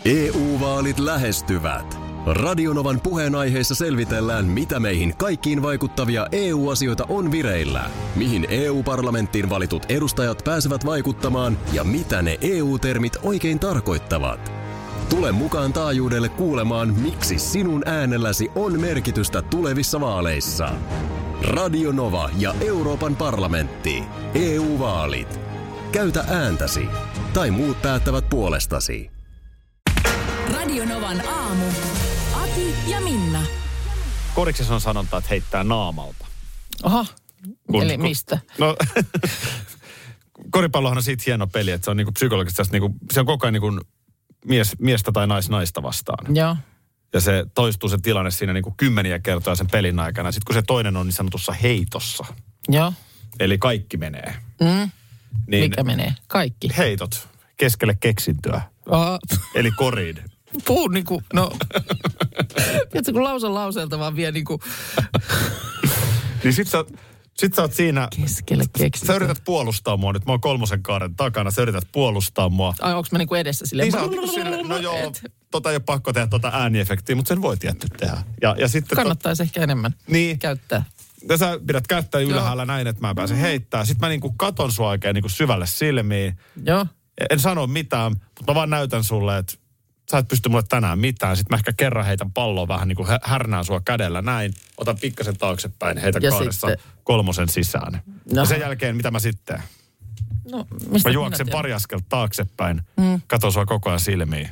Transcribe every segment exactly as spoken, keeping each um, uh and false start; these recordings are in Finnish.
E U-vaalit lähestyvät. Radionovan puheenaiheessa selvitellään, mitä meihin kaikkiin vaikuttavia E U-asioita on vireillä, mihin E U-parlamenttiin valitut edustajat pääsevät vaikuttamaan ja mitä ne E U-termit oikein tarkoittavat. Tule mukaan taajuudelle kuulemaan, miksi sinun äänelläsi on merkitystä tulevissa vaaleissa. Radio Nova ja Euroopan parlamentti. E U-vaalit. Käytä ääntäsi. Tai muut päättävät puolestasi. Radio Novan aamu. Ati ja Minna. Koriksessa on sanonta, että heittää naamalta. Aha, kun, eli kun, mistä? No, koripallohan on siitä hieno peli, että se on niinku psykologisesti, niinku, se on koko ajan niinku mies, miestä tai nais naista vastaan. Joo. Ja se toistuu se tilanne siinä niinku kymmeniä kertoja sen pelin aikana. Sitten kun se toinen on niin sanotussa heitossa. Joo. Eli kaikki menee. Mm. Niin Mikä menee? Kaikki. Heitot keskelle keksintöä. Aha. Eli koriin. Puu niinku, no. Tiedätkö, kun lause lauseelta vaan vie niinku. Niin sit sä, sit sä oot siinä. Keskelle keksintöä. Sä yrität puolustaa mua nyt. Mä oon kolmosen kaaren takana. Sä yrität puolustaa mua. Ai, onks mä niinku edessä silleen? Niin sä oot niinku silleen, no joo, Et. tota ei ole pakko tehdä tota ääniefektiä, mutta sen voi tietty tehdä. Ja, ja sitten kannattaisi tot... ehkä enemmän niin, käyttää. Ja sä pidät kättä ylhäällä näin, että mä pääsen heittämään. Sitten mä niinku katon sua oikein niinku syvälle silmiin. Joo. En sano mitään, mutta mä vaan näytän sulle, että sä et pysty mulle tänään mitään. Sitten mä ehkä kerran heitän palloa vähän niin kuin härnään sua kädellä näin. Otan pikkasen taaksepäin, heitän ja kahdessa sitten kolmosen sisään. No. Ja sen jälkeen mitä mä sitten? No, mistä mä juoksen pari askelta taaksepäin, mm. katon sua koko ajan silmiin.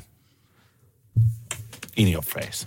In your face.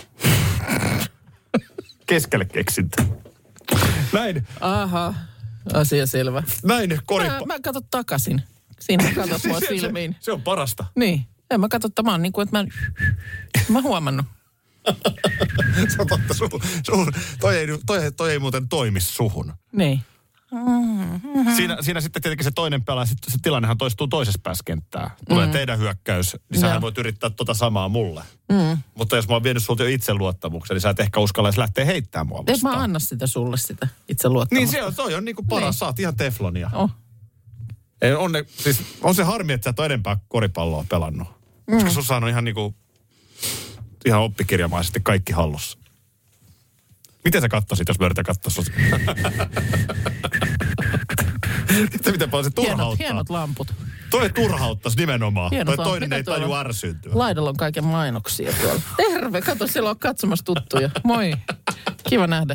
Keskelle keksintö. Näin. Aha, asia selvä. Näin korippa. Mä, mä katon takaisin. Siinä katot mua silmiin. Se, se on parasta. Niin. En mä katso, että mä oon niin kuin, että mä, mä huomannut. Se on totta, su, su, toi, ei, toi, toi ei muuten toimi suhun. Niin. Siinä, siinä sitten tietenkin se toinen pelaa, se tilannehan toistuu toisessa päässä kenttää. Tulee mm. teidän hyökkäys, niin sähän voit yrittää tota samaa mulle. Mm. Mutta jos mä oon vienyt sulta jo itseluottamuksen, niin sä et ehkä uskalla edes lähteä heittämään mua vastaan. Ei mä anna sitä sulle sitä itseluottamusta. Niin se on, toi on niinku paras, niin. Sä oot ihan teflonia. Oh. Ei, on, ne, siis, on se harmi, että sä et ole enempää koripalloa pelannut. Mm. Koska sussa on ihan niinku, ihan oppikirjamaisesti kaikki hallussa. Miten sä kattoisit, jos mä yritän katsoa sut? Tiedätkö, miten paljon se turhauttaa? Hienot, hienot lamput. Toi turhauttaisi nimenomaan. Hienot toi toinen lamput. ei taju ärsyntyä. Laidalla on kaiken mainoksia tuolla. Terve, kato, siellä on katsomassa tuttuja. Moi, kiva nähdä.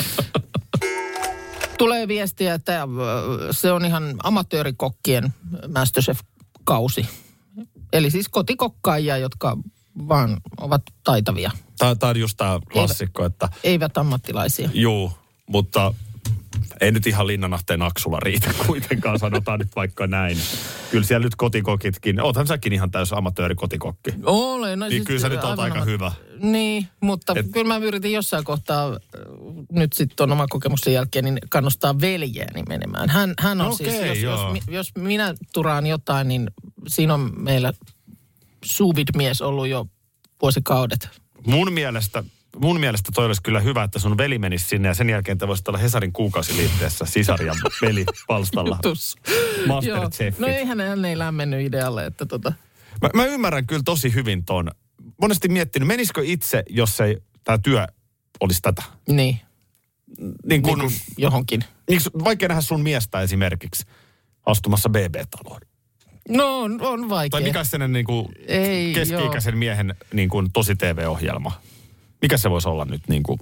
Tulee viestiä, että se on ihan amatöörikokkien MasterChef-kausi. Eli siis kotikokkaajia, jotka vaan ovat taitavia. Tämä on just tämä klassikko, eivät, että... Eivät ammattilaisia. Juu, mutta ei nyt ihan Linnanahteen Aksulla riitä kuitenkaan, sanotaan nyt vaikka näin. Kyllä siellä nyt kotikokitkin, oothan säkin ihan täys amatöörikotikokki. Olen. No niin siis kyllä sä nyt oot aika amat... hyvä. Niin, mutta Et... kyllä mä yritin jossain kohtaa, nyt sitten tuon oman kokemuksen jälkeen, niin kannustaa veljeäni menemään. Hän, hän on Okei, siis, jos, jos, jos minä turaan jotain, niin siinä on meillä sous-vide-mies ollut jo vuosikaudet. Mun mielestä, mun mielestä toi olisi kyllä hyvä, että sun veli menisi sinne ja sen jälkeen te voisit olla Hesarin kuukausiliitteessä sisar ja veli palstalla. Masterchefit. No eihän hän ei lämmennyt idealle, että tota. Mä, mä ymmärrän kyllä tosi hyvin ton. Monesti miettinyt, menisikö itse, jos ei tämä työ olisi tätä? Niin. Niin kun, niin johonkin. Niin, vaikea nähdä sun miestä esimerkiksi astumassa B B-taloon. No on, on vaikea. Tai mikä on sellainen niin kuin keski-ikäisen joo. miehen niin kuin tosi T V-ohjelma? Mikä se voisi olla nyt niin kuin?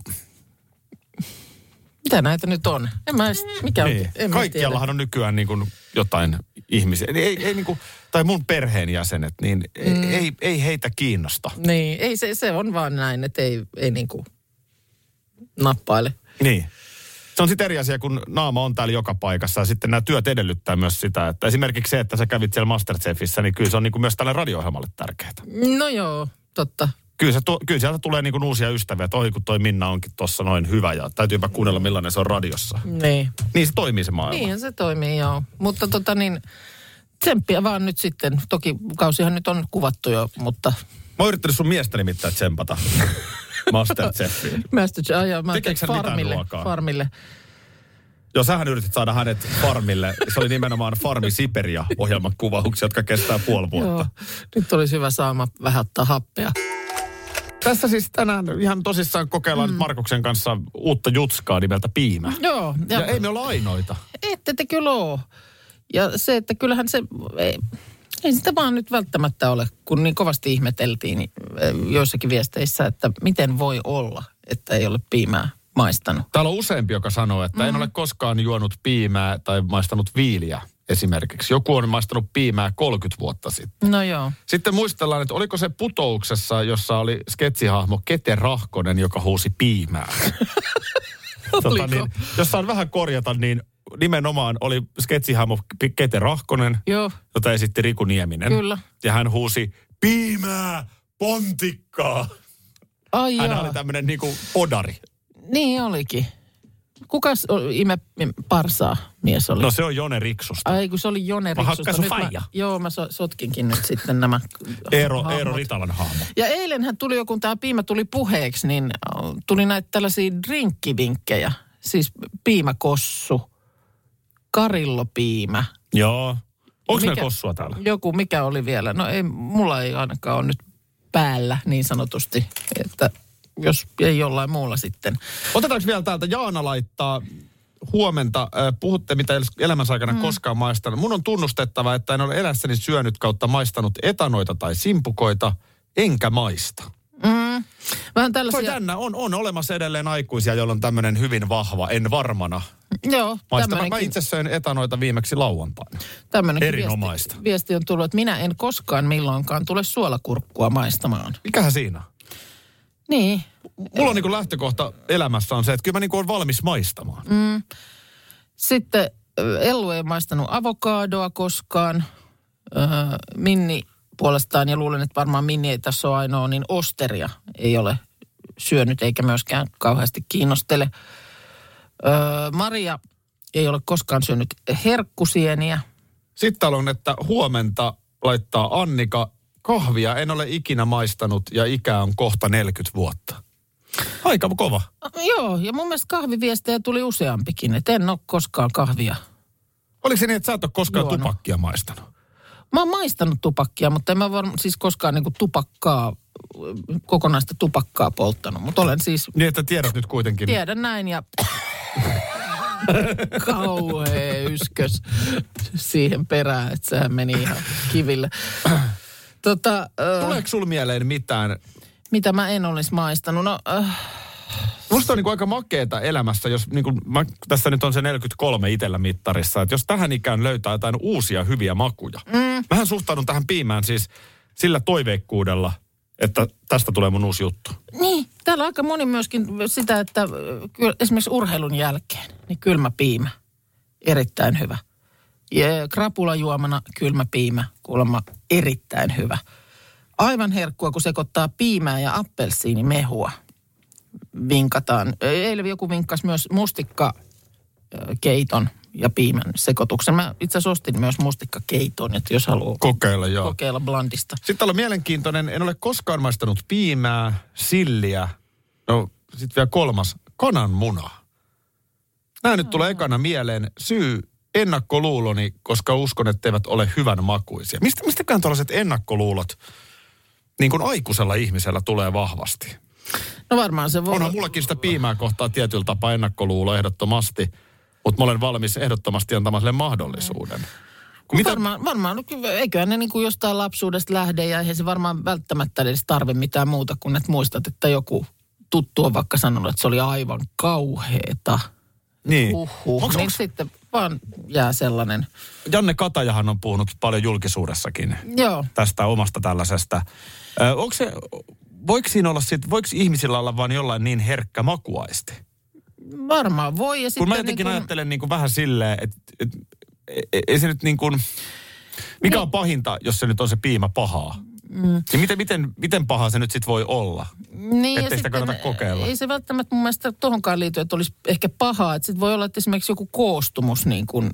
Mitä näitä nyt on? En mä edes, mikä niin. on? Kaikkiallahan on nykyään niin kuin jotain ihmisiä. Ei, ei niin kuin, tai mun perheenjäsenet, niin mm. ei, ei heitä kiinnosta. Niin, ei se, se on vaan näin, että ei, ei niin kuin nappaile. Niin. Se on sitten eri asia, kun naama on täällä joka paikassa ja sitten nämä työt edellyttää myös sitä, että esimerkiksi se, että sä kävit siellä Masterchefissä, niin kyllä se on niin kuin myös tälle radio-ohjelmalle tärkeää. No joo, totta. Kyllä, se, kyllä sieltä tulee niin kuin uusia ystäviä, että oi kun toi Minna onkin tuossa noin hyvä ja täytyypä kuunnella millainen se on radiossa. Niin. Niin se toimii se maailma. Niin se toimii, joo. Mutta tota niin, tsemppiä vaan nyt sitten. Toki kausihan nyt on kuvattu jo, mutta... Mä oon yrittänyt sun miestä nimittäin tsempata Masterchefiin. Masterchef, ajaa Tekeekö hän mitään farmille, ruokaa? farmille. Joo, sähän yritit saada hänet Farmille. Se oli nimenomaan Farmi Siberia-ohjelman kuvauksia, jotka kestää puoli vuotta. Joo, nyt olisi hyvä saama vähän ottaa happea. Tässä siis tänään ihan tosissaan kokeillaan mm. Markuksen kanssa uutta jutskaa nimeltä Piimä. Joo. Ja, ja ei me olla ainoita. Ette te kyllä ole. Ja se, että kyllähän se, ei, ei sitä vaan nyt välttämättä ole, kun niin kovasti ihmeteltiin niin joissakin viesteissä, että miten voi olla, että ei ole piimää maistanut. Täällä on useampi, joka sanoo, että mm. en ole koskaan juonut piimää tai maistanut viiliä esimerkiksi. Joku on maistanut piimää kolmekymmentä vuotta sitten. No joo. Sitten muistellaan, että oliko se Putouksessa, jossa oli sketsihahmo Kete Rahkonen, joka huusi piimää. tota, niin, jos saan vähän korjata, niin nimenomaan oli sketsihahmo Kete Rahkonen, joo. jota esitti Riku Nieminen. Kyllä. Ja hän huusi piimää, pontikkaa. Ai hän jaa. oli tämmöinen niinku podari. Niin olikin. Kukas ime parsaa mies oli? No se on Jone Riksusta. Ai kun se oli Jone Riksusta. Mä hakkasin mä, joo, mä so, sotkinkin nyt sitten nämä Eero, Eero Ritalan hahmo. Ja eilenhän tuli jo, kun tämä piimä tuli puheeksi, niin tuli näitä tällaisia drinkkivinkkejä. Siis piimäkossu, karillopiimä. Joo. Onko mikä, meillä kossua täällä? Joku, mikä oli vielä? No ei, mulla ei ainakaan ole nyt päällä niin sanotusti, että jos ei jollain muulla sitten. Otetaanko vielä täältä, Jaana laittaa huomenta, puhutte mitä elämänsä aikana mm. koskaan maistanut. Mun on tunnustettava, että en ole elässäni syönyt kautta maistanut etanoita tai simpukoita, enkä maista. Mm. Vähän tällaisia. Se on jännä, on, on olemassa edelleen aikuisia, joilla on tämmöinen hyvin vahva, en varmana. Joo, Maista. Mä itse söin etanoita viimeksi lauantaina. Erinomaista. Viesti, viesti on tullut, että minä en koskaan milloinkaan tule suolakurkkua maistamaan. Mikähän siinä? Niin. Mulla on niin kuin lähtökohta elämässä on se, että kyllä mä niin kuin olen valmis maistamaan. Mm. Sitten Ellu ei maistanut avokadoa koskaan. Öö, Minni puolestaan, ja luulen, että varmaan Minni ei tässä ole ainoa, niin osteria ei ole syönyt eikä myöskään kauheasti kiinnostele. Öö, Maria ei ole koskaan syönyt herkkusieniä. Sitten täällä on, että huomenta laittaa Annika. Kahvia en ole ikinä maistanut ja ikä on kohta neljäkymmentä vuotta. Aika kova. Joo, ja mun mielestä kahviviestejä tuli useampikin, että en ole koskaan kahvia. Oliko se niin, että sä et ole koskaan juonut. Tupakkia maistanut? Mä oon maistanut tupakkia, mutta en mä varmaan siis koskaan niinku tupakkaa, kokonaista tupakkaa polttanut. Mutta olen siis... Niin, että tiedät nyt kuitenkin. Tiedän näin ja... Kauhea yskös siihen perään, että sehän meni ihan kiville. Tota, Tuleeko sulla mieleen mitään? Mitä mä en olisi maistanut? No, äh. Musta on niin kuin aika makeeta elämässä, jos niin kuin, mä, tässä nyt on se neljäkymmentäkolme itsellä mittarissa, että jos tähän ikään löytää jotain uusia hyviä makuja. Mm. Mähän suhtaudun tähän piimään siis sillä toiveikkuudella, että tästä tulee mun uusi juttu. Niin, täällä on aika moni myöskin sitä, että kyllä, esimerkiksi urheilun jälkeen, niin kylmä piimä, erittäin hyvä. Ja krapulajuomana kylmä piimä, kuulemma erittäin hyvä. Aivan herkkua, kun sekoittaa piimää ja appelsiinimehua. Vinkataan. Eilen joku vinkkasi myös mustikkakeiton ja piimän sekoituksen. Mä itse asiassa ostin myös mustikkakeiton, että jos haluaa kokeilla, joo. kokeilla blandista. Sitten täällä on mielenkiintoinen, en ole koskaan maistanut piimää, silliä, no sitten vielä kolmas, kananmuna. Nämä nyt tulee ekana mieleen. Syy ennakkoluuloni, koska uskon, että eivät ole hyvän makuisia. Mistä, mistäkään tällaiset ennakkoluulot niin kuin aikuisella ihmisellä tulee vahvasti? No varmaan se voi... Onhan mullakin sitä piimää kohtaa tietyllä tapaa ennakkoluulo ehdottomasti, mutta mä olen valmis ehdottomasti antamaan sille mahdollisuuden. Mitä? Varmaan, varmaan, eiköhän ne niin kuin jostain lapsuudesta lähde ja eihän se varmaan välttämättä edes tarve mitään muuta kuin että muistat, että joku tuttu on vaikka sanonut, että se oli aivan kauheeta. Niin. Uhuh. Onks, niin onks... sitten vaan jää sellainen. Janne Katajahan on puhunut paljon julkisuudessakin Joo. tästä omasta tällaisesta. Ö, onko se, voiko siinä olla sit, voiko ihmisillä olla vaan jollain niin herkkä makuaisti? Varmaan voi. Ja kun mä jotenkin niin kun... ajattelen niin kuin vähän silleen, että et, et, ei se nyt niin kuin, mikä niin. on pahinta, jos se nyt on se piimä pahaa? Mm. Niin miten, miten, miten pahaa se nyt sitten voi olla? Niin, ettei sitä kannata kokeilla. Ei se välttämättä mun mielestä tohonkaan liity, että olisi ehkä pahaa. Että sitten voi olla, että esimerkiksi joku koostumus niin kuin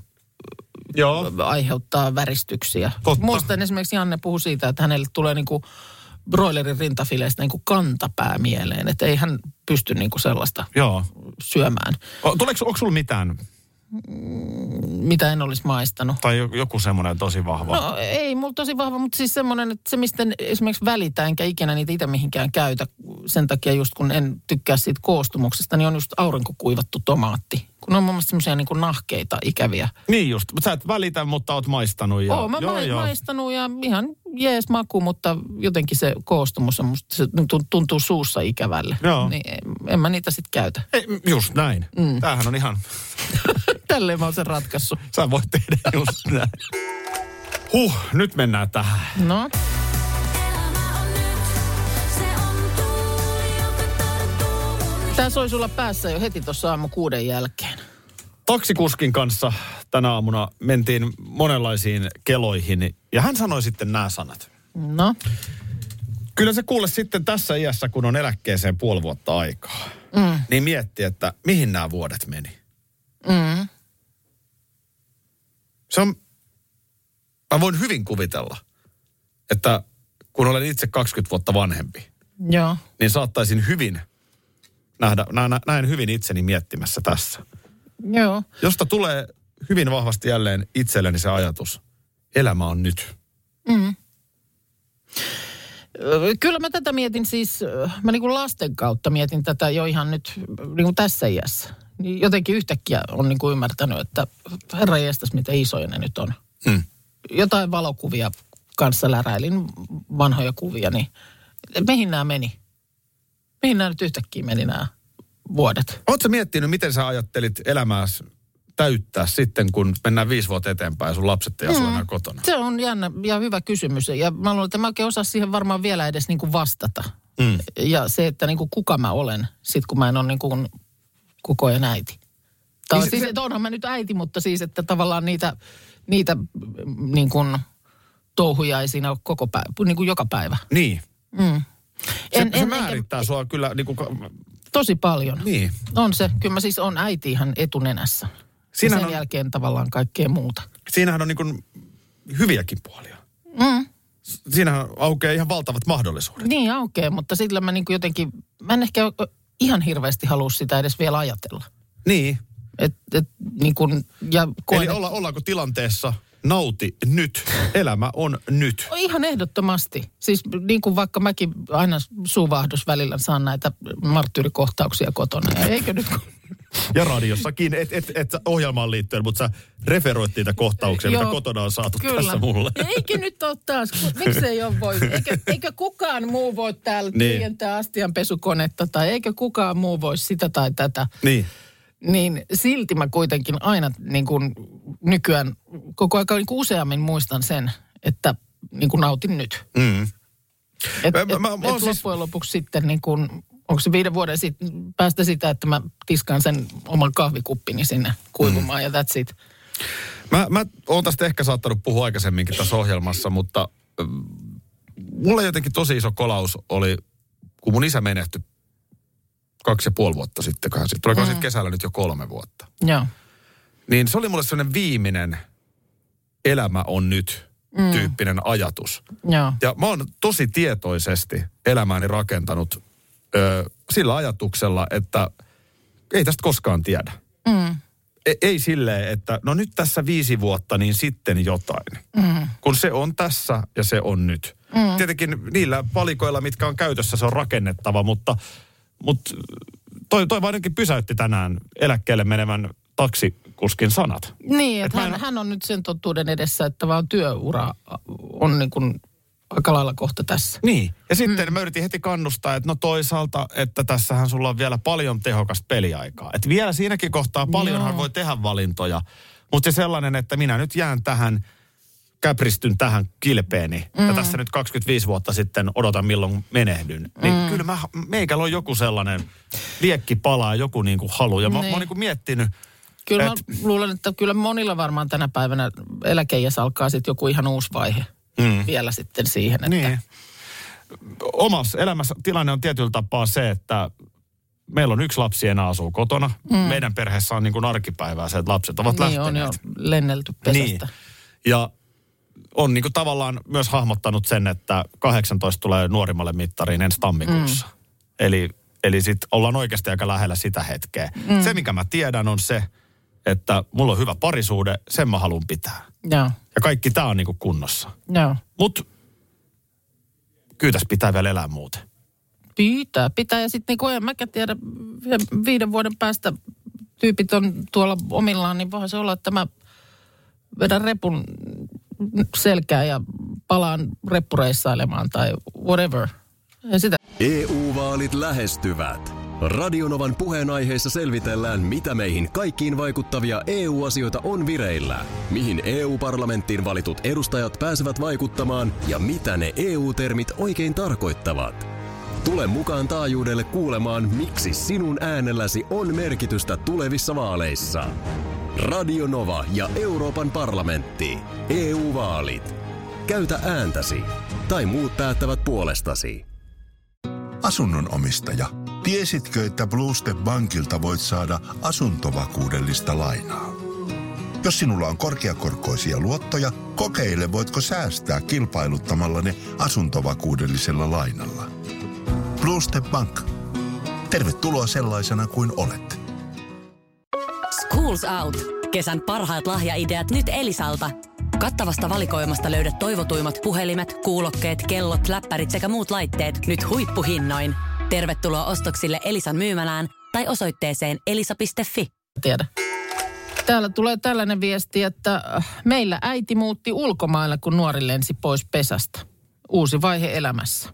Joo. aiheuttaa väristyksiä. Totta. Muistan esimerkiksi Janne puhui siitä, että hänelle tulee niin kuin broilerin rintafileistä niin kuin kantapää mieleen. Että ei hän pysty niin kuin sellaista Joo. syömään. O, tuleeko, onko sulla mitään mitä en olisi maistanut. Tai joku semmoinen tosi vahva. No ei, mulla tosi vahva, mutta siis semmoinen, että se mistä esimerkiksi välitä, enkä ikinä niitä itse mihinkään käytä, sen takia just kun en tykkää siitä koostumuksesta, niin on just aurinkokuivattu tomaatti. Kun on mun mielestä semmoisia niin kuin nahkeita, ikäviä. Niin just, mutta sä et välitä, mutta oot maistanut. Ja... Oo, mä joo, ma- joo. maistanut ja ihan jees maku, mutta jotenkin se koostumus on musta, se tuntuu suussa ikävälle. Joo. Niin en mä niitä sitten käytä. Ei, just näin. Mm. Tämähän on ihan... Tälleen mä oon sen ratkaissut. Sä voit tehdä just näin. Huh, nyt mennään tähän. No. Tää soi sulla päässä jo heti tuossa aamu kuuden jälkeen. Taksikuskin kanssa tänä aamuna mentiin monenlaisiin keloihin ja hän sanoi sitten nämä sanat. No. Kyllä se kuule sitten tässä iässä, kun on eläkkeeseen puoli vuotta aikaa, mm. niin mietti, että mihin nämä vuodet meni. Mm. Se on, mä voin hyvin kuvitella, että kun olen itse kaksikymmentä vuotta vanhempi, Joo. niin saattaisin hyvin nähdä, nä, näen hyvin itseni miettimässä tässä. Joo. Josta tulee hyvin vahvasti jälleen itselleni se ajatus, elämä on nyt. Mm. Kyllä mä tätä mietin siis, mä niin kuin lasten kautta mietin tätä jo ihan nyt niin kuin tässä iässä. Niin jotenkin yhtäkkiä on niin kuin ymmärtänyt, että herranjestas, miten isoja ne nyt on. Hmm. Jotain valokuvia kanssa läräilin, vanhoja kuvia, niin mihin nämä meni? Mihin nämä nyt yhtäkkiä meni nämä vuodet? Ootko miettinyt, miten sä ajattelit elämääsi täyttää sitten, kun mennään viisi vuotta eteenpäin ja sun lapset ei asu enää kotona? Se on jännä ja hyvä kysymys. Ja mä luulen, että mä oikein osaa siihen varmaan vielä edes niin kuin vastata. Mm. Ja se, että niin kuin kuka mä olen, sit kun mä en ole niin kuin koko ajan äiti. Tai Niin siis, se, että onhan mä nyt äiti, mutta siis, että tavallaan niitä, niitä niin kuin touhuja ei siinä ole koko päivä, niin kuin joka päivä. Niin. Mm. Se, En, se en, määrittää enkä, sua kyllä niin kuin... tosi paljon. Niin. On se. Kyllä mä siis on äiti ihan etunenässä. Ja sen on, jälkeen tavallaan kaikkea muuta. Siinähän on niin kuin hyviäkin puolia. Mm. Siinähän aukeaa ihan valtavat mahdollisuudet. Niin aukeaa, mutta sillä mä niin kuin jotenkin, mä en ehkä ihan hirveästi halua sitä edes vielä ajatella. Niin. Et, et, niin kuin, ja koen, Eli olla, ollaanko tilanteessa nauti nyt, elämä on nyt. Ihan ehdottomasti. Siis niin kuin vaikka mäkin aina suuvahdus välillä saan näitä marttyyrikohtauksia kotona. Ja eikö nyt kun... Ja radiossakin, et, et, et ohjelmaan liittyen, mutta sä referoit niitä kohtauksia, mitä Joo, kotona on saatu kyllä. tässä mulle. Eikö nyt ole taas, miksei ole voi, eikö, eikö kukaan muu voi täällä niin. tyhjentää astianpesukonetta tai eikö kukaan muu voi sitä tai tätä. Niin. Niin silti mä kuitenkin aina niin kuin nykyään koko ajan niin kuin useammin muistan sen, että niin kuin nautin nyt. Mm. Et, mä, et, mä, mä et siis... loppujen lopuksi sitten niin kuin, onko se viiden vuoden sit, päästä sitä, että mä tiskaan sen oman kahvikuppini sinne kuivumaan mm. ja that's it. Mä, mä oon tästä ehkä saattanut puhua aikaisemminkin tässä ohjelmassa, mutta äh, mulla jotenkin tosi iso kolaus oli, kun mun isä menehtyi kaksi ja puoli vuotta sitten. Tuleeko mm. sitten kesällä nyt jo kolme vuotta? Joo. Niin se oli mulle sellainen viimeinen elämä on nyt mm. tyyppinen ajatus. Joo. Ja mä oon tosi tietoisesti elämääni rakentanut ö, sillä ajatuksella, että ei tästä koskaan tiedä. Mm. E- ei silleen, että no nyt tässä viisi vuotta, niin sitten jotain. Mm. Kun se on tässä ja se on nyt. Mm. Tietenkin niillä palikoilla, mitkä on käytössä, se on rakennettava, mutta, mutta toi, toi ainakin pysäytti tänään eläkkeelle menevän taksikuskin sanat. Niin, että Et hän, en... hän on nyt sen totuuden edessä, että vaan työura on niin kuin aika lailla kohta tässä. Niin, ja sitten mm. mä yritin heti kannustaa, että no toisaalta, että tässähän sulla on vielä paljon tehokasta peliaikaa. Että vielä siinäkin kohtaa paljonhan Joo. voi tehdä valintoja, mutta se sellainen, että minä nyt jään tähän, käpristyn tähän kilpeeni, mm. ja tässä nyt kaksikymmentäviisi vuotta sitten odotan milloin menehdyn. Niin mm. kyllä mä, meikällä on joku sellainen liekki palaa, joku niin kuin halu, ja mä, niin. mä oon niin kuin miettinyt. Kyllä et... mä luulen, että kyllä monilla varmaan tänä päivänä eläkeiässä alkaa sitten joku ihan uusi vaihe. Mm. Vielä sitten siihen, että... Niin. Omassa elämässä tilanne on tietyllä tapaa se, että meillä on yksi lapsi enää asuu kotona. Mm. Meidän perheessä on niin kuin arkipäivää se, että lapset ovat niin lähteneet. On jo lennelty pesästä. Niin. Ja on niin kuin tavallaan myös hahmottanut sen, että kahdeksantoista tulee nuorimmalle mittariin ensi tammikuussa. Mm. Eli, eli sitten ollaan oikeasti aika lähellä sitä hetkeä. Mm. Se, mikä mä tiedän, on se, että mulla on hyvä parisuhde, sen mä haluan pitää. Joo. Ja kaikki tää on niinku kunnossa. Joo. Mut kyllä tässä pitää vielä elää muuten. Pitää, pitää. Ja sitten niin en mäkään tiedä, viiden vuoden päästä tyypit on tuolla omillaan, niin voihan se olla, että mä vedän repun selkää ja palaan reppureissailemaan tai whatever. Ja sitä. E U-vaalit lähestyvät. Radionovan puheenaiheessa selvitellään, mitä meihin kaikkiin vaikuttavia E U-asioita on vireillä, mihin E U-parlamenttiin valitut edustajat pääsevät vaikuttamaan ja mitä ne E U-termit oikein tarkoittavat. Tule mukaan taajuudelle kuulemaan, miksi sinun äänelläsi on merkitystä tulevissa vaaleissa. Radio Nova ja Euroopan parlamentti. E U-vaalit. Käytä ääntäsi. Tai muut päättävät puolestasi. Asunnon omistaja. Tiesitkö, että Blue Step Bankilta voit saada asuntovakuudellista lainaa? Jos sinulla on korkeakorkoisia luottoja, kokeile voitko säästää kilpailuttamalla ne asuntovakuudellisella lainalla. Blue Step Bank. Tervetuloa sellaisena kuin olet. Schools Out. Kesän parhaat lahjaideat nyt Elisalta. Kattavasta valikoimasta löydät toivotuimmat puhelimet, kuulokkeet, kellot, läppärit sekä muut laitteet nyt huippuhinnoin. Tervetuloa ostoksille Elisan myymälään tai osoitteeseen elisa piste fi. Tiedä. Täällä tulee tällainen viesti, että meillä äiti muutti ulkomailla, kun nuori lensi pois pesästä. Uusi vaihe elämässä.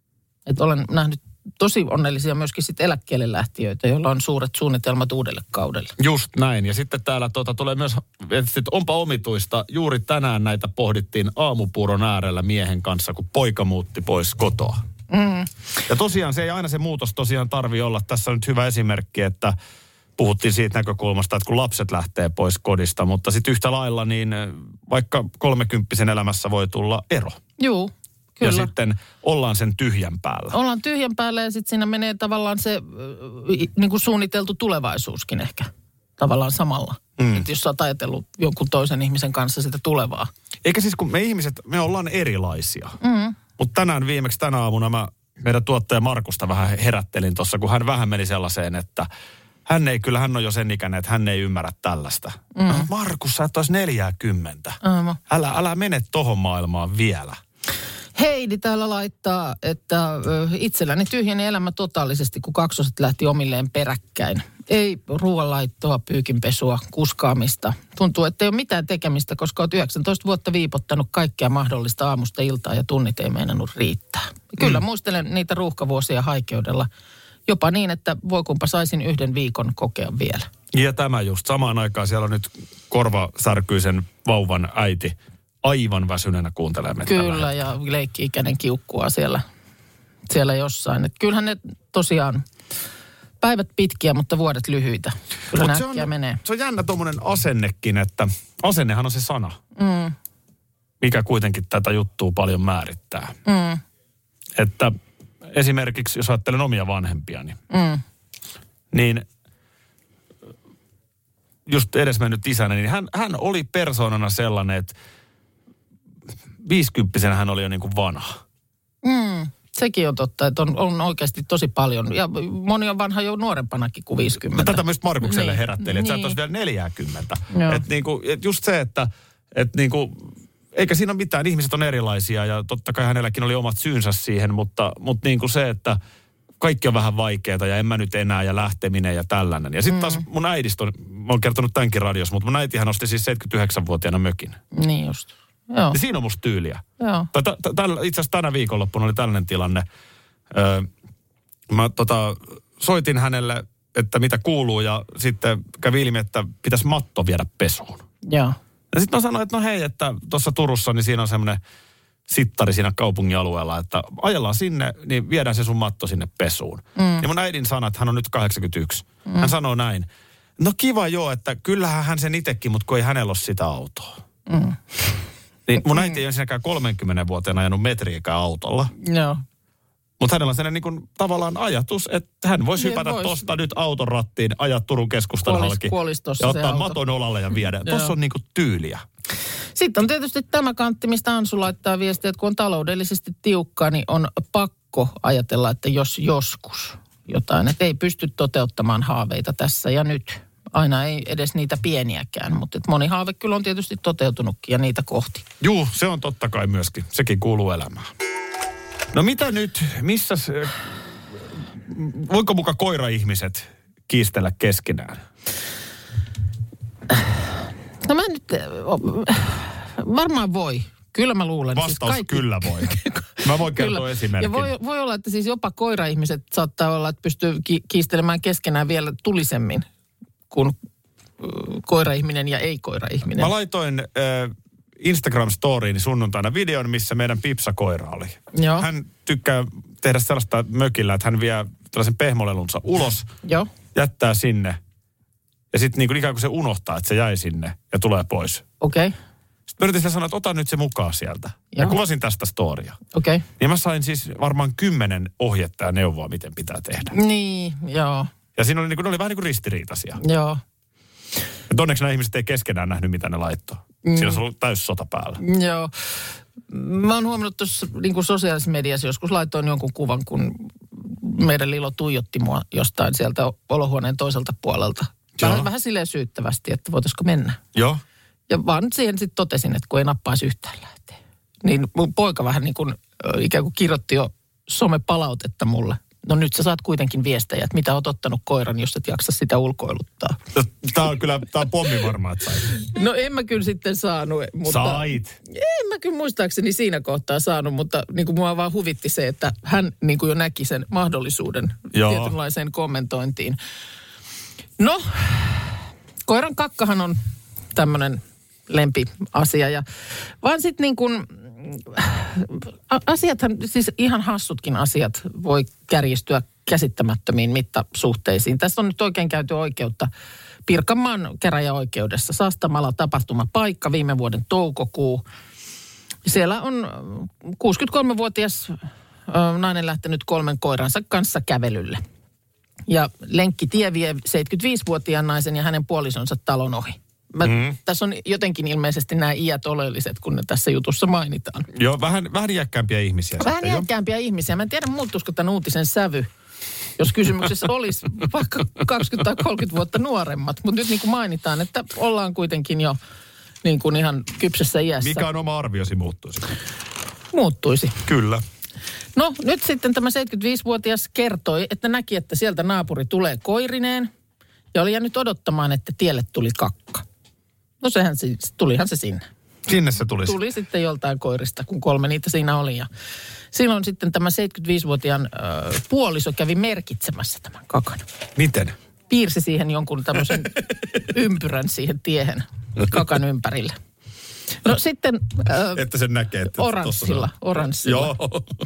Et olen nähnyt tosi onnellisia myöskin sit eläkkeelle lähtiöitä, joilla on suuret suunnitelmat uudelle kaudelle. Just näin. Ja sitten täällä tuota, tulee myös, että onpa omituista, juuri tänään näitä pohdittiin aamupuuron äärellä miehen kanssa, kun poika muutti pois kotoa. Mm. Ja tosiaan se ei aina se muutos tosiaan tarvitse olla. Tässä on nyt hyvä esimerkki, että puhuttiin siitä näkökulmasta, että kun lapset lähtee pois kodista, mutta sitten yhtä lailla niin vaikka kolmekymppisen elämässä voi tulla ero. Joo. Kyllä. Ja sitten ollaan sen tyhjän päällä. Ollaan tyhjän päällä ja sitten siinä menee tavallaan se niin kuin suunniteltu tulevaisuuskin ehkä tavallaan samalla. Mm. Että jos sä oot ajatellut jonkun toisen ihmisen kanssa sitä tulevaa. Eikä siis kun me ihmiset, me ollaan erilaisia. Mm. Mutta tänään viimeksi tänä aamuna mä meidän tuottaja Markusta vähän herättelin tuossa, kun hän vähän meni sellaiseen, että hän ei, kyllä hän on jo sen ikäinen, että hän ei ymmärrä tällaista. Mm. Markus, sä et ois neljäkymmentä. Mm. Älä, älä mene tohon maailmaan vielä. Heidi täällä laittaa, että itselläni tyhjeni elämä totaalisesti, kun kaksoset lähti omilleen peräkkäin. Ei ruoanlaittoa, pyykinpesua, kuskaamista. Tuntuu, että ei ole mitään tekemistä, koska olet yhdeksäntoista vuotta viipottanut kaikkea mahdollista aamusta iltaa ja tunnit ei meinannut riittää. Kyllä mm. muistelen niitä ruuhkavuosia haikeudella. Jopa niin, että voi kumpa saisin yhden viikon kokea vielä. Ja tämä just samaan aikaan siellä on nyt korvasärkyisen vauvan äiti aivan väsyneenä kuuntelee meitä. Kyllä, ja leikki-ikäinen kiukkua siellä, siellä jossain. Et kyllähän ne tosiaan päivät pitkiä, mutta vuodet lyhyitä. Kyllä Mut se, on, menee. se on jännä tuommoinen asennekin, että asennehan on se sana, mm. mikä kuitenkin tätä juttua paljon määrittää. Mm. Että esimerkiksi, jos ajattelen omia vanhempiani, mm. niin just edesmennyt isänä, niin hän, hän oli persoonana sellainen, että viisikymppisenä hän oli jo niin kuin vanha. Mm, sekin on totta, että on, on oikeasti tosi paljon. Ja moni on vanha jo nuorempanakin kuin viisikymmentä. No, tätä myös Markukselle niin, herätteli, että niin. sä et olisi vielä neljäkymmentä. Että niinku, et just se, että et niinku, eikä siinä ole mitään, ihmiset on erilaisia ja totta kai hänelläkin oli omat syynsä siihen, mutta, mutta niinku se, että kaikki on vähän vaikeaa ja en mä nyt enää ja lähteminen ja tällainen. Ja sitten taas mun äidistä on, mä oon kertonut tämänkin radiossa, mutta mun äitihän osti siis seitsemänkymmentäyhdeksänvuotiaana mökin. Niin just. Joo. Ja siinä on musta tyyliä. Joo. T- t- t- itse asiassa tänä viikonloppuna oli tällainen tilanne. Öö, mä tota, soitin hänelle, että mitä kuuluu ja sitten kävi ilmi, että pitäisi matto viedä pesuun. Joo. Ja sitten mä sanoin, että no hei, että tuossa Turussa niin siinä on semmoinen sittari siinä kaupungin alueella, että ajellaan sinne, niin viedään se sun matto sinne pesuun. Mm. Ja mun äidin sanat, hän on nyt kahdeksankymmentäyksi. Mm. Hän sanoo näin, no kiva joo, että kyllähän hän sen itsekin, mutta kun ei hänellä ole sitä autoa. Mm. Niin mun äiti ei ole siinäkään kolmenkymmenen vuoteen ajanut metriäkään autolla. Joo. Mutta hänellä on sellainen niin kuin tavallaan ajatus, että hän voisi niin hypätä tuosta nyt auton rattiin, ajaa Turun keskustan halki ja ottaa maton olalle ja viedä. Tuossa on niin kuin tyyliä. Sitten on tietysti tämä kantti, mistä Ansu laittaa viestiä, että kun on taloudellisesti tiukkaa, niin on pakko ajatella, että jos joskus jotain, että ei pysty toteuttamaan haaveita tässä ja nyt. Aina ei edes niitä pieniäkään, mutta et moni haave kyllä on tietysti toteutunutkin ja niitä kohti. Juu, se on totta kai myöskin. Sekin kuuluu elämään. No mitä nyt, missä, voiko muka koira-ihmiset kiistellä keskenään? No mä nyt, varmaan voi. Kyllä mä luulen. Vastaus siis kaikki... kyllä voi. Mä voin kertoa kyllä. Esimerkin. Ja voi, voi olla, että siis jopa koira-ihmiset saattaa olla, että pystyy ki- kiistelemään keskenään vielä tulisemmin kuin äh, koira-ihminen ja ei-koira-ihminen. Mä laitoin äh, Instagram-storiin sunnuntaina videon, missä meidän Pipsa-koira oli. Joo. Hän tykkää tehdä sellaista mökillä, että hän vie tällaisen pehmolelunsa ulos, Joo. jättää sinne ja sitten niin ikään kuin se unohtaa, että se jäi sinne ja tulee pois. Okei. Okay. Sitten yritin sanoa, että ota nyt se mukaan sieltä. Ja kuvasin tästä storia. Okei. Okay. Niin mä sain siis varmaan kymmenen ohjetta ja neuvoa, miten pitää tehdä. Niin, joo. Ja siinä oli, niin kuin, ne oli vähän niin kuin ristiriitaisia. Joo. Ja onneksi nämä ihmiset ei keskenään nähnyt, mitä ne laittoi. Mm. Siinä olisi ollut täys sota päällä. Joo. Mä oon huomannut tuossa niin kuin sosiaalisessa mediassa, joskus laitoin jonkun kuvan, kun meidän Lilo tuijotti mua jostain sieltä olohuoneen toiselta puolelta. Vähän, vähän silleen syyttävästi, että voitaisiko mennä. Joo. Ja vaan siihen sitten totesin, että kun ei nappaisi yhtään lähteä. Niin mun poika vähän niin kuin ikään kuin kirjoitti jo somepalautetta mulle. No nyt sä saat kuitenkin viestejä, että mitä oot ottanut koiran, jos et jaksa sitä ulkoiluttaa. Tää on kyllä, tää on pommi varmaan, että sait. No en mä kyllä sitten saanut. Mutta Sait. En mä kyllä muistaakseni siinä kohtaa saanut, mutta niin kuin mua vaan huvitti se, että hän niin kuin jo näki sen mahdollisuuden Joo. tietynlaiseen kommentointiin. No, koiran kakkahan on tämmöinen lempiasia ja vaan sitten niin kuin asiathan, siis ihan hassutkin asiat voi kärjistyä käsittämättömiin mittasuhteisiin. Tässä on nyt oikein käyty oikeutta Pirkanmaan käräjäoikeudessa. Sastamala tapahtumapaikka, viime vuoden toukokuu. Siellä on kuusikymmentäkolmevuotias nainen lähtenyt kolmen koiransa kanssa kävelylle. Ja lenkkitie vie seitsemänkymmentäviisivuotiaan naisen ja hänen puolisonsa talon ohi. Mä, mm. Tässä on jotenkin ilmeisesti nämä iät oleelliset, kun ne tässä jutussa mainitaan. Joo, vähän, vähän iäkkäämpiä ihmisiä. Vähän iäkkäämpiä ihmisiä. Mä en tiedä, muuttuisiko tämän uutisen sävy, jos kysymyksessä olisi vaikka kaksikymmentä tai kolmekymmentä vuotta nuoremmat. Mutta nyt niin kuin mainitaan, että ollaan kuitenkin jo niin kuin ihan kypsessä iässä. Mikä on oma arviosi muuttuisi? Muuttuisi. Kyllä. No nyt sitten tämä seitsemänkymmentäviisivuotias kertoi, että näki, että sieltä naapuri tulee koirineen ja oli jäänyt odottamaan, että tielle tuli kakka. No sehän siis, tulihan se sinne. Sinne se tuli. Tuli sitten joltain koirista, kun kolme niitä siinä oli. Ja silloin sitten tämä seitsemänkymmentäviisivuotiaan äh, puoliso kävi merkitsemässä tämän kakan. Miten? Piirsi siihen jonkun tämmöisen ympyrän siihen tiehen kakan ympärille. No sitten... Äh, että sen näkee, että oranssilla, oranssilla. Joo.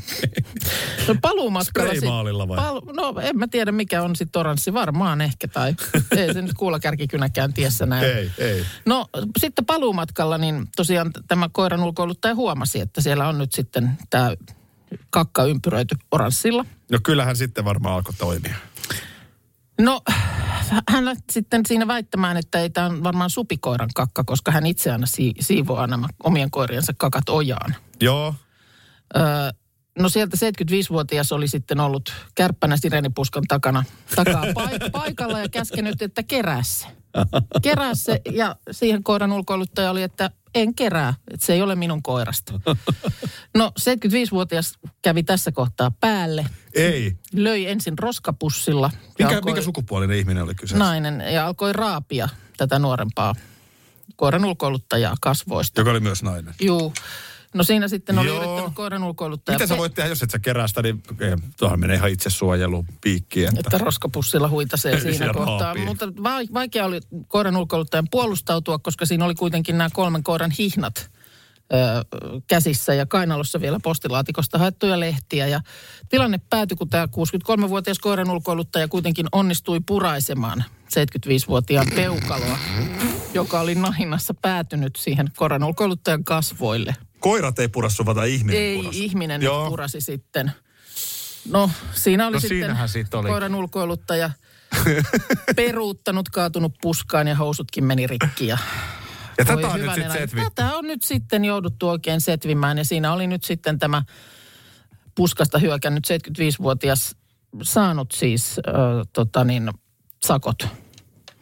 No paluumatkalla... Spraymaalilla vai? Pal, no en mä tiedä, mikä on sitten oranssi. Varmaan ehkä, tai ei se nyt kuulakärkikynäkään tiessä näin. Ei, ei. No sitten paluumatkalla, niin tosiaan tämä koiran ulkoiluttaja huomasi, että siellä on nyt sitten tämä kakka ympyröity oranssilla. No kyllähän sitten varmaan alkoi toimia. No, hän lähti sitten siinä väittämään, että ei tämä on varmaan supikoiran kakka, koska hän itse aina si- siivoaa nämä omien koiriensa kakat ojaan. Joo. Öö, no sieltä seitsemänkymmentäviisivuotias oli sitten ollut kärppänä sireenipuskan takana, takaa paik- paikalla ja käskenyt, että kerää se. Kerää se ja siihen koiran ulkoiluttaja oli, että en kerää, että se ei ole minun koirasta. No seitsemänkymmentäviisivuotias kävi tässä kohtaa päälle. Ei. Löi ensin roskapussilla. Mikä, alkoi, mikä sukupuolinen ihminen oli kyseessä? Nainen, ja alkoi raapia tätä nuorempaa koiran ulkoiluttajaa kasvoista. Joka oli myös nainen. Juu. No siinä sitten oli Joo. yrittänyt koiran ulkoiluttaja. Mitä sä voit tehdä, jos et sä kerää sitä, niin tuohon menee ihan itsesuojelun piikkiin. Että, että roskapussilla huitasee siinä kohtaa. Raapii. Mutta vaikea oli koiran ulkoiluttajan puolustautua, koska siinä oli kuitenkin nämä kolmen koiran hihnat ö, käsissä ja kainalossa vielä postilaatikosta haettuja lehtiä. Ja tilanne päätyi, kun tämä kuusikymmentäkolmevuotias koiran ulkoiluttaja kuitenkin onnistui puraisemaan seitsemänkymmentäviisivuotiaan peukaloa, joka oli nahinnassa päätynyt siihen koiran ulkoiluttajan kasvoille. Koirat ei pura sua, tai ihminen Ei, puras. ihminen Joo. purasi sitten. No, siinä oli No, sitten siitä oli. koiran ulkoiluttaja peruuttanut, kaatunut puskaan ja housutkin meni rikki. Ja, ja tätä on nyt sitten setvi. Tätä on nyt sitten jouduttu oikein setvimään ja siinä oli nyt sitten tämä puskasta hyökännyt seitsemänkymmentäviisivuotias saanut siis äh, tota niin, sakot.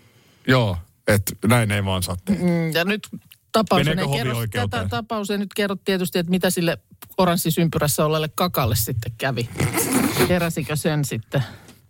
Joo, että näin ei vaan saa tehdä. Mm, ja nyt tapaus ei, Meneekö kerro, hovioikeuteen? tätä tapaus ei nyt kerro tietysti, että mitä sille oranssisympyrässä olleelle kakalle sitten kävi. Keräsikö sen sitten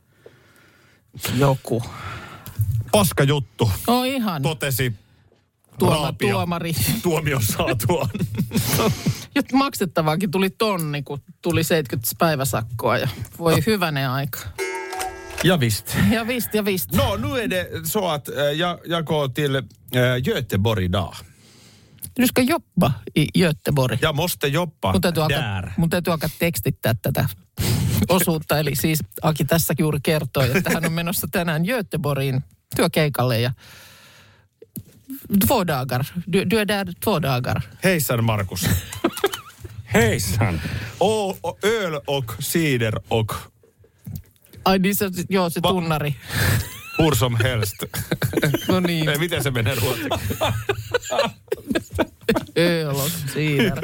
joku? Paska juttu, No ihan. totesi Tuoma, Raapio tuomari. tuomion saatuaan. Jot maksettavaakin tuli tonni, kun tuli seitsemänkymmentä päiväsakkoa ja voi hyvänen aika. Ja visst. Ja vist, ja vist. No, nu är det så att äh, jag, jag går till äh, Göteborg idag. Du ska jobba i Göteborg. Jag måste jobba Mun täytyy, där. alkaa, mun täytyy alkaa tekstittää tätä osuutta. Eli siis Aki tässä juuri kertoi, että hän on menossa tänään Göteborgiin työkeikalle ja två dagar. Du, du är där två dagar. Hejsan Markus. Hejsan. O, o, öl och cider och Ai niin se, joo se Va- tunnari. hur som helst. No niin. Ei, miten se menee ruotsiksi? Öl siinä.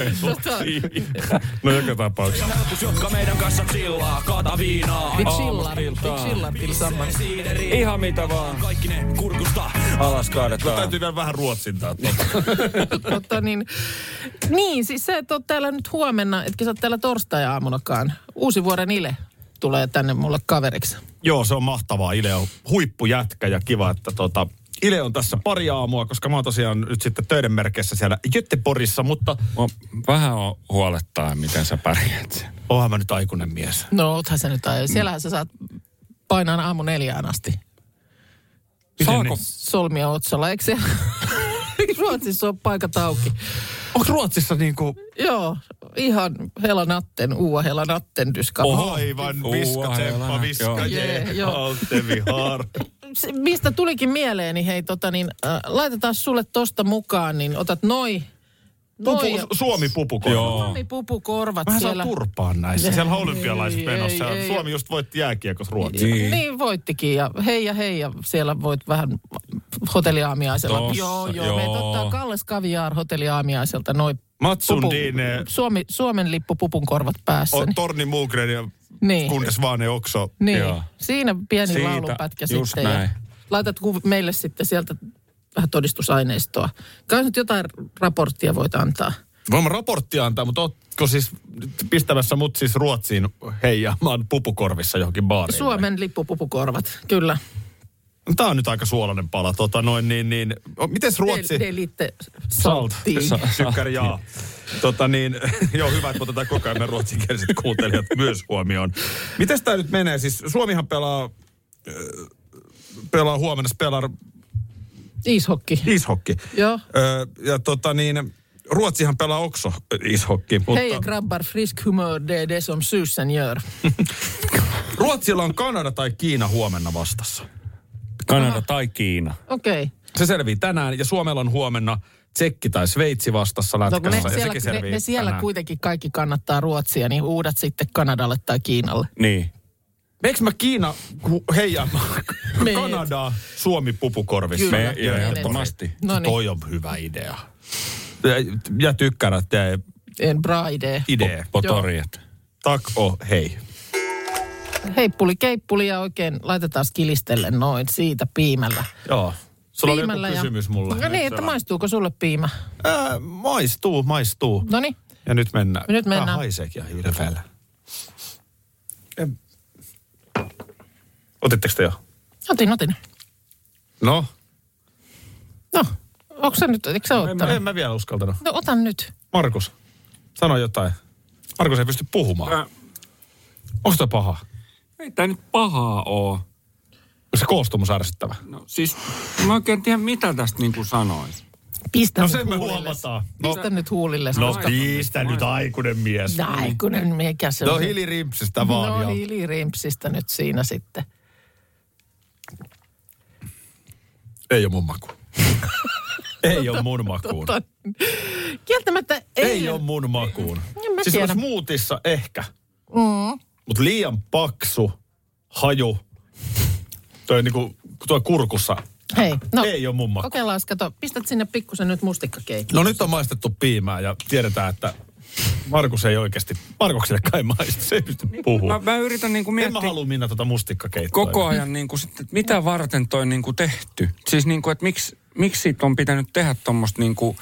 No joka tapauksessa. Jotka meidän kanssa chillaa, kaata viinaa. Vi chillar, vi chillar tillsammans. Ihan mitä vaan. Kaikki ne kurkusta alas No, kaadetaan. täytyy vielä vähän ruotsintaa. Tota niin, niin, siis se, että oot täällä nyt huomenna, etkä sä oot täällä torstai-aamunakaan. Uusi vuoden Ile tulee tänne mulle kaveriksi. Joo, se on mahtavaa. Ile on huippujätkä ja kiva, että tota, Ile on tässä pari aamua, koska mä oon tosiaan nyt sitten töiden merkeissä siellä Göteborgissa, mutta Mua vähän on huolettaa, miten sä pärjät sen. oonhan mä nyt aikuinen mies. No, oothan sä nyt, ai- siellähän sä saat painaa aamu neljään asti. Saako? Solmia otsalla, eikö se? Ruotsissa on paikat auki. Onko Ruotsissa niinku... Joo, ihan hela natten, uua hela natten, du ska ha. Aivan, Uua, viska, tsemppa, helana. viska, Joo. jee, Jee, joo. alte vi har. Se, mistä tulikin mieleeni, hei tota niin, äh, laitetaan sulle tosta mukaan, niin otat noi, noi Pupu, Suomi pupukorva. Joo. Suomi pupukorvat Vähän saa siellä. turpaan näissä. Siellä on olympialaiset Ei, menossa. ei, ei. Suomi just voitti jääkiekossa Ruotsia. Niin. Niin voittikin ja hei ja hei ja siellä voit vähän hotelliaamiaisella. Tossa, joo, joo, joo. me ottaa Kalles Kaviaar hotelliaamiaiselta noi Mats pupu, Sundin, eh, Suomi, Suomen lippu pupun korvat päässä. on Torni Mugren ja Niin. kunnes vaan ne okso. Niin, Joo. siinä pieni Siitä, laulupätkä just sitten. näin. Ja laitat kuv- meille sitten sieltä vähän todistusaineistoa. Kai nyt jotain raporttia voit antaa. Voimme raporttia antaa, mutta ootko siis pistämässä mut siis Ruotsiin heijaamaan pupukorvissa johonkin baariin? Suomen lippupupukorvat, kyllä. Tää on nyt aika suolainen pala. Tota noin niin, niin. Mites Ruotsi? De, de lite salttiin. Sykkär jaa. Tota niin, joo hyvä, että otetaan koko ajan me ruotsinkieliset kuuntelijat myös huomioon. Mites tää nyt menee? Siis Suomihan pelaa, äh, pelaa huomenna, pelaa Ishokki. ishokki. Joo. Ö, ja tota niin, Ruotsihan pelaa okso ishokki. Mutta Hej grabbar, frisk humör, det är det som susen gör. Ruotsilla on Kanada tai Kiina huomenna vastassa. Kanada tai Kiina. Okei. Okay. Se selvii tänään ja Suomella on huomenna Tsekki tai Sveitsi vastassa No, kun ne lätkässä ja siellä, sekin ne, selvii ne siellä tänään. kuitenkin kaikki kannattaa Ruotsia, niin uudat sitten Kanadalle tai Kiinalle. Niin. Meekö mä Kiina heijaamaan Meet. Kanadaa Suomi pupukorvissa? Kyllä. Me, Menet. ehdottomasti. No niin, Toi on hyvä idea. Ja, ja tykkärät tee en bra idea. idea. Potoriet. Tak o hei. Heippuli keippuli ja oikein laitetaan kilistelle noin siitä piimällä. Joo. Sulla oli joku Piimällä ja- kysymys mulle. No niin, että maistuuko sulle piimä? Ää, maistuu, maistuu. No niin, Ja nyt mennään. Nyt mennään. Tää haiseekin ihan hirveellä. Em- Otitteko te jo? otin, otin. No, No, onko sä nyt, eikö sä en, mä- ottanut? en mä vielä uskaltanut. No otan nyt. Markus, sano jotain. Markus ei pysty puhumaan. Ää, Onko toi paha? Ei tää nyt pahaa oo. Onko se koostumus ärsyttävä? No siis, mä oikein tiedä mitä tästä niinku sanois. Pistä No nyt sen me huulille. huomataan. Pistä nyt huulille. No koska- pistä nyt aikuinen mies. Aikuinen, mikä se No on? se- hiilirimpsistä vaan. No ja- hiilirimpsistä nyt siinä sitten. Ei ole mun maku. Ei ole mun makuun. Tota, kieltämättä ei, Ei ole mun makuun. En mä Siis tiedä. smoothissa ehkä. Mm. Mutta liian paksu haju. Toi niinku, tuo kurkussa. Hei, no Ei ole mun maku. kokeillaan, kato, pistät sinne pikkusen nyt mustikkakeittoon. No nyt on maistettu piimää ja tiedetään, että Markus ei oikeasti, Markukselle kai maistu, se ei pysty puhumaan. Mä, mä yritän niinku miettiä... En mä halua Minna tota mustikkakeittoa. Koko ajan niinku, että mitä varten toi niinku tehty? Siis niinku, että miksi, miksi siitä on pitänyt tehdä tommoista niinku...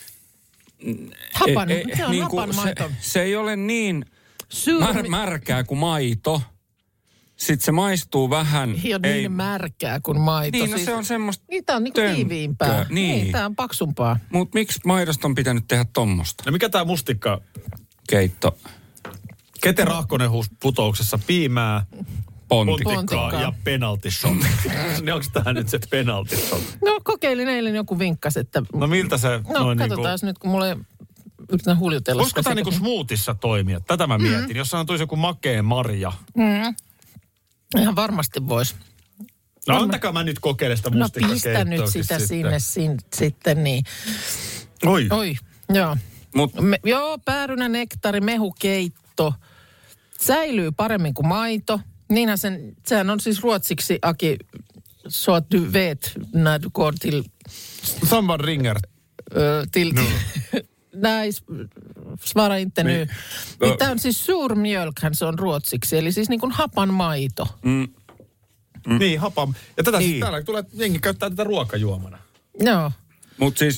Hapan, e, e, se on niinku, hapan maito. Se, se ei ole niin Syrmi... mär, märkää kuin maito. Sitten se maistuu vähän... Ei ole ei... niin märkää kuin maito. Niin, no siis... se on semmoista... Niin, tää on niinku tiiviimpää. Niin. niin, tää on paksumpaa. Mut miksi maidosta on pitänyt tehdä tommosta? No mikä tää mustikka... Keitto. Kete Rahkonen huusi putouksessa piimää, pontikkaa, pontikkaa ja penalty shot. Niin onko tää nyt se penalty shot? No kokeilin eilen, joku vinkkasi, että... No miltä se... No katsotaan niinku... nyt, kun mulla ei... Yritän huljutella. Voisiko tämä niinku smoothissa toimia? Tätä mä mietin. Mm. Jos saan tulisi joku makea marja. Mm. Ihan varmasti vois. No antakaa mä nyt kokeile sitä mustikkakeittoakin. No pistä nyt sitä sitten. sinne sin, sitten niin. Oi. Oi, joo. Mut. Me, joo, päärynä, nektari, mehukeitto. Säilyy paremmin kuin maito. Niinhän sen, sehän on siis ruotsiksi, Aki, så att du vet när du går till... Samman ringer. Ö, till... No. Nej, svara inte nu. Niin, niin tämä on siis suurmjölkhän, se on ruotsiksi, eli siis niin kuin hapan maito. Mm. Mm. Niin, hapan. Ja tätä niin. siis täällä tulee, jengi käyttää tätä ruokajuomana. Joo. Mut siis,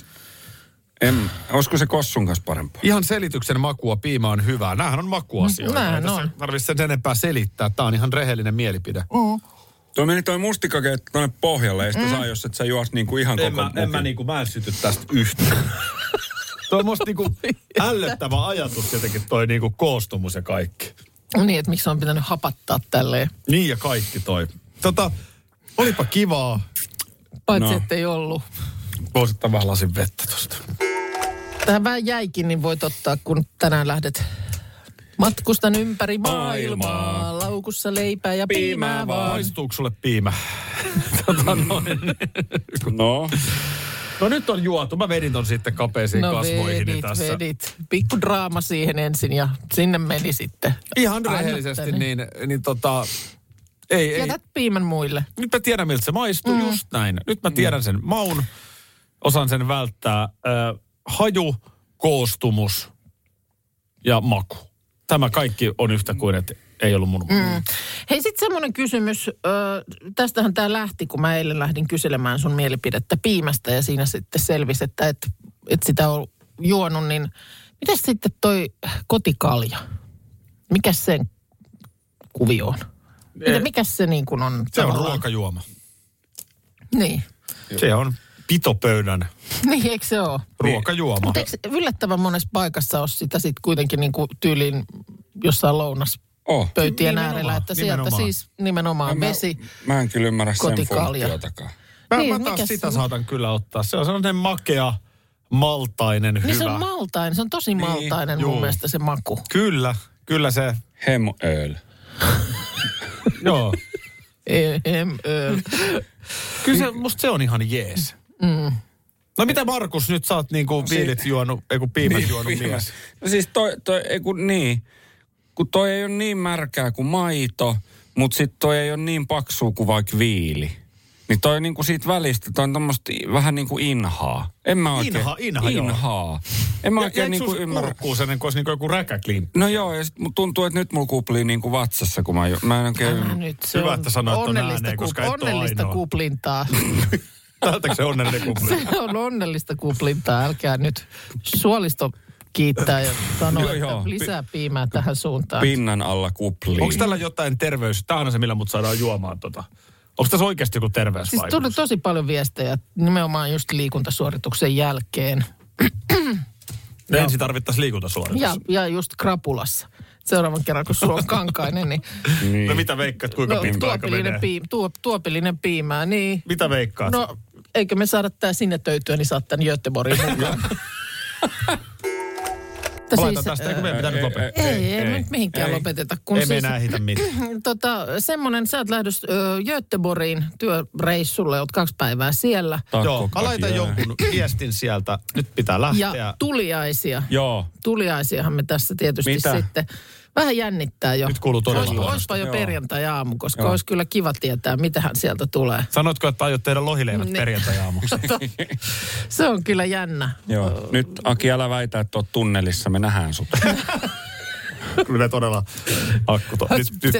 en, olisiko se kossun kanssa parempaa? Ihan selityksen makua, piima on hyvää. Nämähän on makuasioita. Nämähän on. Tarvitse sen enempää selittää. Tämä on ihan rehellinen mielipide. Mm. Tuo meni toi mustikakeitto tuonne pohjalle, ja sitten mm. saa, jos et sä juos niinku ihan en koko... Mä, en mä niinku, mä en syty tästä yhtään. Tuo on musta niinku ällöttävä ajatus jotenkin toi niinku koostumus ja kaikki. Niin, että miksi on pitänyt hapattaa tälleen. Niin ja kaikki toi. Tota, olipa kivaa. Paitsi no. ettei ollut. Voisi ottaa vähän lasin vettä tosta. Tähän vähän jäikin, niin voit ottaa, kun tänään lähdet matkustan ympäri maailmaa. maailmaa. Laukussa leipää ja piimää, piimää vaan. Maistuuko sulle piimä? tota noin. No. No nyt on juotu. Mä vedin ton sitten kapeisiin no kasvoihin vedit, tässä. vedit. Pikku draama siihen ensin ja sinne meni sitten. Ihan rehellisesti niin, niin tota... Ei, Jätät ei. piimän muille. Nyt mä tiedän, miltä se maistuu, mm. just näin. Nyt mä tiedän sen maun, osan sen välttää. Äh, haju, koostumus ja maku. Tämä kaikki on yhtä kuin, että ei ollut mun. Mm. Hei, sitten semmoinen kysymys. Ö, tästähän tämä lähti, kun mä eilen lähdin kyselemään sun mielipidettä piimästä ja siinä sitten selvisi, että et, et sitä on juonut, niin mitäs sitten toi kotikalja? Mikäs sen kuvio on? Mitä, mikäs se niin kuin on? Se tavallaan? On ruokajuoma. Niin. Se on pitopöydän. Niin, eikö se ole? Ruokajuoma. Mutta eikö yllättävän monessa paikassa ole sitä sitten kuitenkin niin kuin tyyliin jossain lounas oh. pöytien nimenomaan, äärellä, että nimenomaan. Sieltä siis nimenomaan mä, vesi, Mä en kyllä ymmärrä kotikalja. sen funktiotakaan. Mä, niin, mä taas sitä se saatan kyllä ottaa. Se on sellainen makea, maltainen, niin hyvä. Niin se on maltainen, se on tosi niin, maltainen juu. Mun mielestä se maku. Kyllä, kyllä se. Hemöl. Joo. Hemöl. Kyllä se, musta se on ihan jees. Mm. No mitä Markus, nyt sä oot niinku viilit juonut, ei kun piimät niin, juonut mies. No siis toi, toi ei kun niin, kun toi ei ole niin märkää kuin maito, mutta sit toi ei ole niin paksua kuin vaikka viili. Niin toi niinku siitä välistä, toi on tommoista vähän niinku inhaa. En mä oikein... Inha, inha, inhaa. En mä ja, oikein niinku ymmärrä. Kurkkuu sen, kun olisi niinku joku räkäklimppi. No joo, ja sit tuntuu, että nyt mulla kuplii niinku vatsassa, kun mä, jo, mä en oikein... Älä nyt, se hyvä, on että sanoit ton onnellista, ääneen, koska ku, et ole onnellista ainoa. kuplintaa. Täältäkö se onnellinen kuplinta? Se on onnellista kuplintaa. Älkää nyt suolisto kiittää ja sanoa, joo, että joo. lisää piimää tähän suuntaan. Pinnan alla kuplii. Onko tällä jotain terveys? Tämä on se, millä mut saadaan juomaan tota. Onko tässä oikeasti joku terveysvaikutus? Siis tuli tosi paljon viestejä, nimenomaan just liikuntasuorituksen jälkeen. Ja ensin tarvittaisiin liikuntasuoritus. Ja, ja just krapulassa. Seuraavan kerran, kun sulla on kankainen, niin... niin. No mitä veikkaat, kuinka no, pitkä aika menee? Piim, tuo, tuopillinen piimää, niin... Mitä veikkaat? No, eikö me saada tää sinne töytyä, niin saat tän Göteborgin mukaan. Laitan siis, tästä, eikö meidän pitänyt lopettaa? Ei, ei, ei, ei nyt mihinkään ei, lopeteta. Kun ei siis, me enää hitä mitään. Tota, semmonen, sä oot lähdössä Göteborgiin työreissulle, oot kaksi päivää siellä. Joo, mä laitan jonkun viestin sieltä, nyt pitää lähteä. Ja tuliaisia. Joo. Tuliaisiahan me tässä tietysti mitä? sitten. Vähän jännittää jo. Nyt kuuluu todella Oispa, huonosti. oispa jo Joo. perjantai-aamu, koska Joo. olisi kyllä kiva tietää, mitähän sieltä tulee. Sanotko, että aiot tehdä lohileivät Niin. perjantai-aamuksi? Se on kyllä jännä. Joo. Nyt Aki, älä väitä, että oot tunnelissa. Me nähdään sut. Kyllä todella akku. To, nyt, nyt,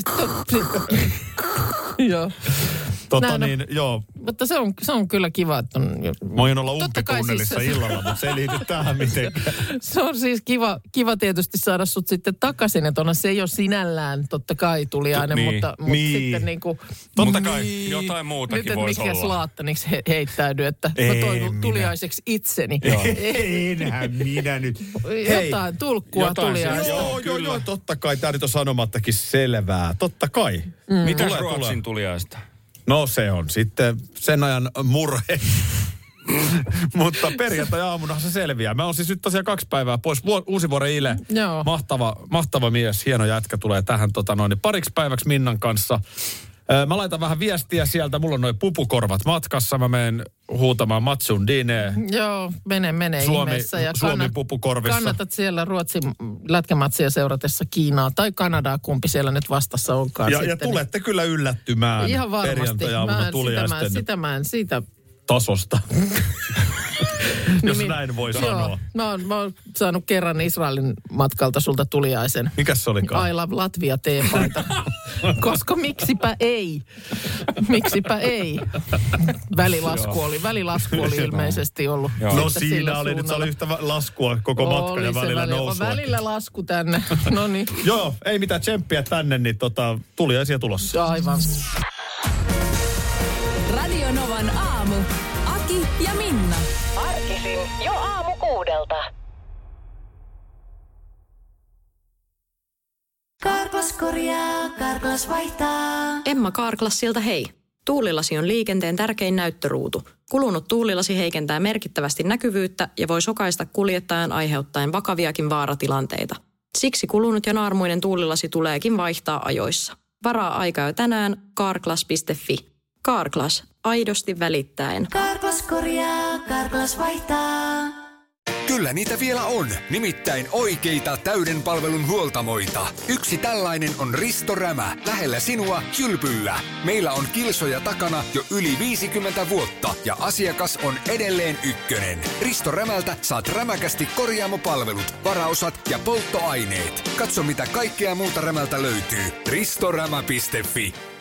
Joo. tota Näin on. niin, joo. Mutta se on, se on kyllä kiva, että on... Mä oon olla Totta kai umpitunnelissa siis- illalla, mutta se ei liity tähän mitenkään. Se on siis kiva, kiva tietysti saada sut sitten takaisin, että onhan se ei ole sinällään totta kai tuliainen, Niin. mutta, mutta Niin. sitten niin kuin... Totta Mut kai. niin. Jotain Nyt, muutakin että voisi mikä olla. slaattaniksi he, heittäydy, että Ei mä toivon minä. tuliaiseksi itseni. Enhän minä nyt. Jotain tulkkua Jotain tuliaista. siellä- Joo, joo, joo, totta kai. Tämä nyt on sanomattakin selvää. Totta kai. Mm. Mitäs Tulee, Ruotsin tulee. tuliaista? No se on sitten sen ajan murhe. Mutta perjantai-aamuna se selviää. Mä oon siis nyt tosiaan kaksi päivää pois. Vu- Uusivuoren Ile, Joo. mahtava, mahtava mies, hieno jätkä tulee tähän tota noin, niin pariksi päiväksi Minnan kanssa. Öö, mä laitan vähän viestiä sieltä. Mulla on noi pupukorvat matkassa. Mä menen huutamaan Matsun Dine. Joo, mene, mene Suomi- ihmeessä. Ja Suomi kannat- pupukorvissa. Kannatat siellä Ruotsin lätkämatsia seuratessa Kiinaa tai Kanadaa, kumpi siellä nyt vastassa onkaan Ja, sitten. ja tulette kyllä yllättymään Ihan varmasti. perjantai-aamuna Mä en, sitä, mä, tuliaisten sitä mä en siitä... tasosta. Jos Nimi- näin voi Joo, sanoa. mä oon, mä oon saanut kerran Israelin matkalta sulta tuliaisen. Mikäs se olikaan? I love Latvia teepaita. Koska miksipä ei? Miksipä ei? Välilasku oli, välilasku oli ilmeisesti ollut. Joo. No sitten sillä siinä oli nyt, se oli suunnalla. yhtä laskua koko matka Oli ja se välillä välillä, nousua. välillä lasku tänne. No niin, Joo, ei mitään tsemppiä tänne, niin tota, tuliaisia tulossa. aivan. Radio Novan aamu. Aki ja Minna. Arkisin jo aamu kuudelta. Karklas korjaa, Karklas vaihtaa. Emma Karklassilta hei. Tuulilasi on liikenteen tärkein näyttöruutu. Kulunut tuulilasi heikentää merkittävästi näkyvyyttä ja voi sokaista kuljettajan aiheuttaen vakaviakin vaaratilanteita. Siksi kulunut ja naarmuinen tuulilasi tuleekin vaihtaa ajoissa. Varaa aikaa jo tänään karklas piste fi. Karklas, aidosti välittäen. Karklas korjaa, Karklas vaihtaa. Kyllä niitä vielä on, nimittäin oikeita täyden palvelun huoltamoita. Yksi tällainen on Risto Rämä, lähellä sinua, Kylpyllä. Meillä on kilsoja takana jo yli viisikymmentä vuotta ja asiakas on edelleen ykkönen. Risto Rämältä saat rämäkästi korjaamopalvelut, varaosat ja polttoaineet. Katso mitä kaikkea muuta Rämältä löytyy. ristorämä piste fi.